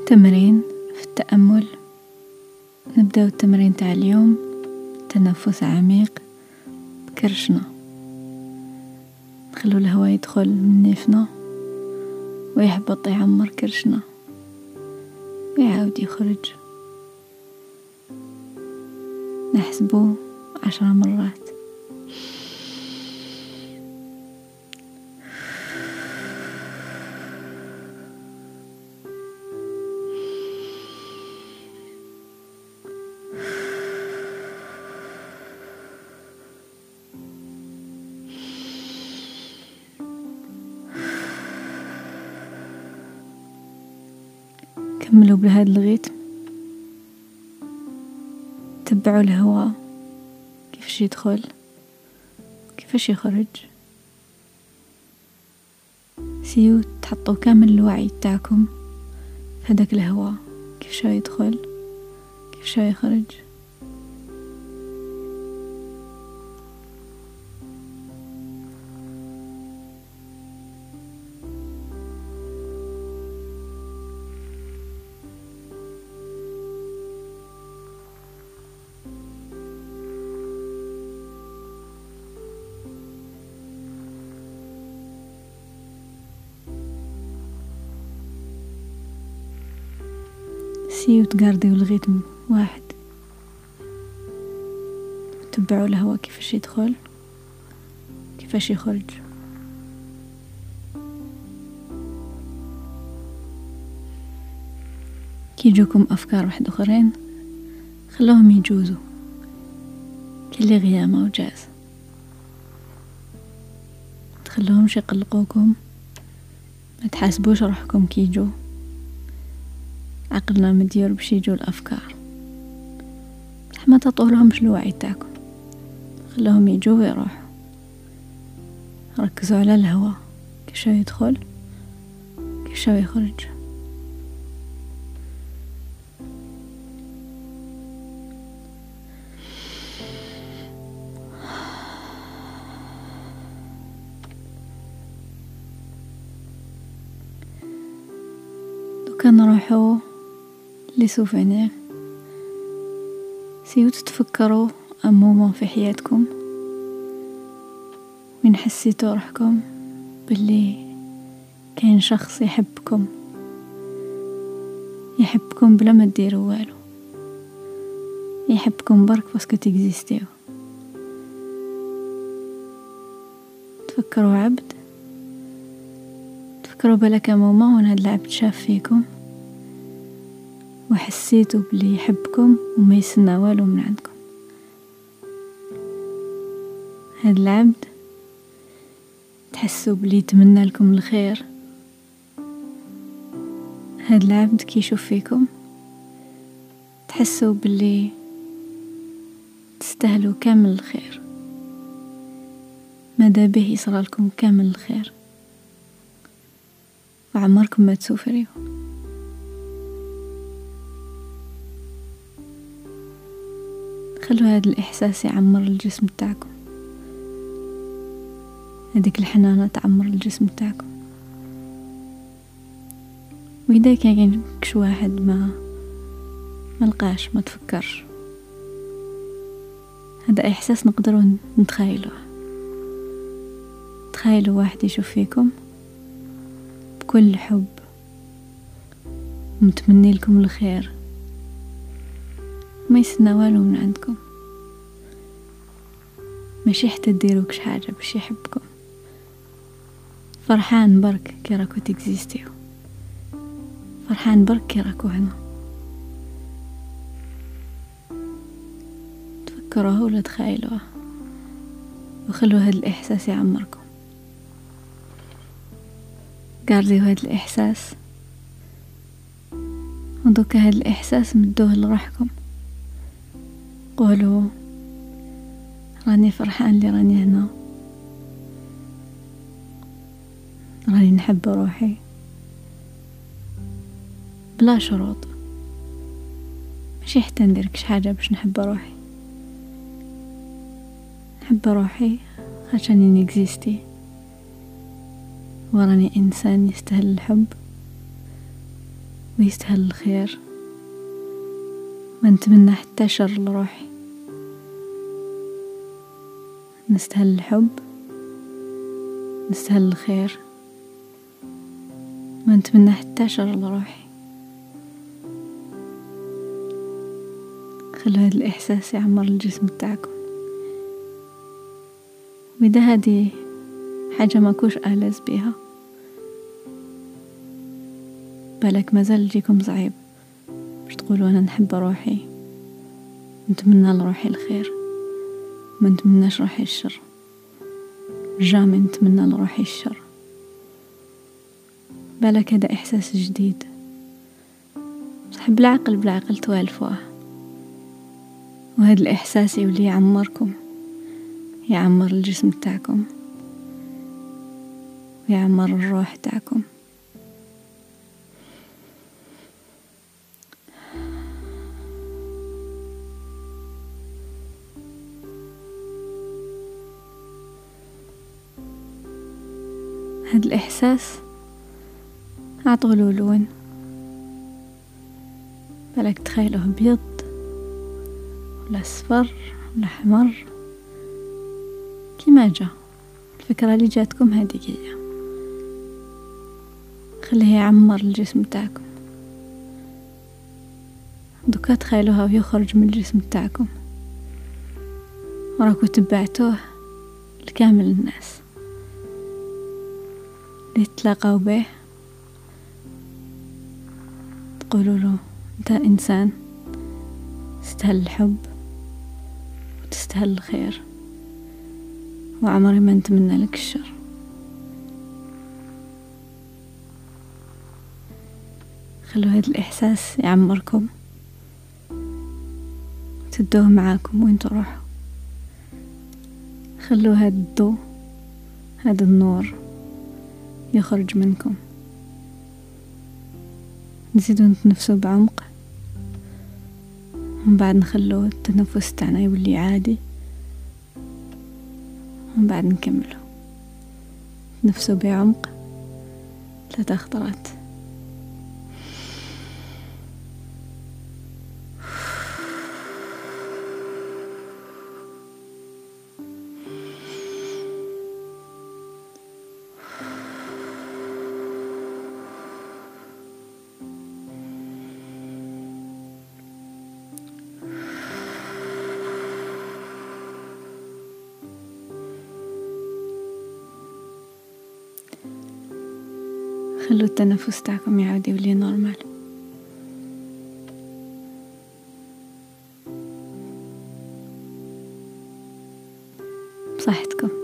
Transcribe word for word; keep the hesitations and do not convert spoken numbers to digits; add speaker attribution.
Speaker 1: تمرين في التأمل. نبدأ التمرين تاع اليوم. تنفس عميق بكرشنا، نخلو الهواء يدخل من نيفنا ويهبط يعمر كرشنا ويعاود يخرج. نحسبه عشر مرات. كملوا بهذا الريتم، تبعوا الهواء كيفاش يدخل كيفاش يخرج. سيو تحطوا كامل الوعي تاعكم في هذاك الهواء، كيفاش يدخل كيفاش يخرج. سيو تقارديو الريتم واحد، تبعوا الهواء كيفاش يدخل كيفاش يخرج. كي يجوكم افكار واحد اخرين خلوهم يجوزوا كلي غيامة وجاز، تخلوهمش يقلقوكم. ما تحاسبوش روحكم كي يجو، عقلنا مدير باش يجو الافكار. ما تطولهمش الوعي تاعكم، خلوهم يجوا ويروحوا. ركزوا على الهواء كيفاش يدخل كيفاش يخرج. دوكا نروحوا لسوفينير. سيو تتفكروا أمومة في حياتكم وين حسيتوا روحكم باللي كاين شخص يحبكم يحبكم بلا ما تديروا والو، يحبكم برك باسكو تكزيستيو. تفكروا عبد، تفكروا بالك أمومة وين هاد العبد شاف فيكم وحسيتوا بلي يحبكم وما يسنى والو من عندكم. هاد العبد تحسوا بلي يتمنى لكم الخير. هاد العبد كي يشوف فيكم تحسوا بلي تستاهلوا كامل الخير، ماذا به يصرى لكم كامل الخير وعمركم ما تسوفريو. خلوا هذا الإحساس يعمر الجسم تاعكم، هذيك الحنانة تعمر الجسم تاعكم. وإذا كان كش واحد ما ملقاش ما تفكرش، هذا إحساس نقدروا نتخيلوه. تخيلوا واحد يشوف فيكم بكل حب ومتمني لكم الخير، ما يسنى والو من عندكم، ماشي حتى ديروكش حاجة باش يحبكم. فرحان برك كي راكو تكزيستيو، فرحان برك كي راكو هنا. تفكروه ولا تخيلوه وخلوا هذا الإحساس يعمركم. قارديو هذا الإحساس ودوكا هذا الإحساس مدوه لروحكم. قولوا راني فرحان لي راني هنا، راني نحب روحي بلا شروط، ماشي حتى نديركش حاجة باش نحب روحي. نحب روحي عشان نكزيستي وراني إنسان يستاهل الحب ويستاهل الخير، ما نتمنى حتى شر لروحي. نستاهل الحب، نستاهل الخير، ما نتمنى حتى شر لروحي. خلوا هذا الإحساس يعمر الجسم بتاعكم. وإذا هذه حاجة ما كوش ألذ بيها، بالك مازال يجيكم صعيب باش تقولوا أنا نحب روحي، نتمنى لروحي الخير، ما نتمناش روحي الشر، جامي نتمنى لروحي الشر. بالك هذا إحساس جديد، بصح بالعقل بالعقل توالفوه، وهذا الإحساس يولي يعمركم، يعمر الجسم تاعكم ويعمر الروح تاعكم. هذا الإحساس أعطوله لون، بالك تخيلوه أبيض ولا أصفر ولا أحمر، كيما جا الفكرة اللي جاتكم هذيك هي. خليه يعمر الجسم تاعكم. دوكا تخيلوها ويخرج من الجسم تاعكم، وراكو تبعتوه لكامل الناس اللي تلاقاو به، تقولوا له انت انسان تستاهل الحب وتستاهل الخير، وعمري ما نتمنى لك الشر. خلوا هذا الإحساس يعمركم، تدوه معاكم وين تروحوا. خلوا هذا الضوء، هذا النور يخرج منكم. نزيدوا نتنفسوا بعمق، ومن بعد نخلوا التنفس تاعنا يولي عادي، ومن بعد نكملوا نفسوا بعمق ثلاثة خطرات. خلوا التنفس تاعكم يعود يولي نورمال. بصحتكم.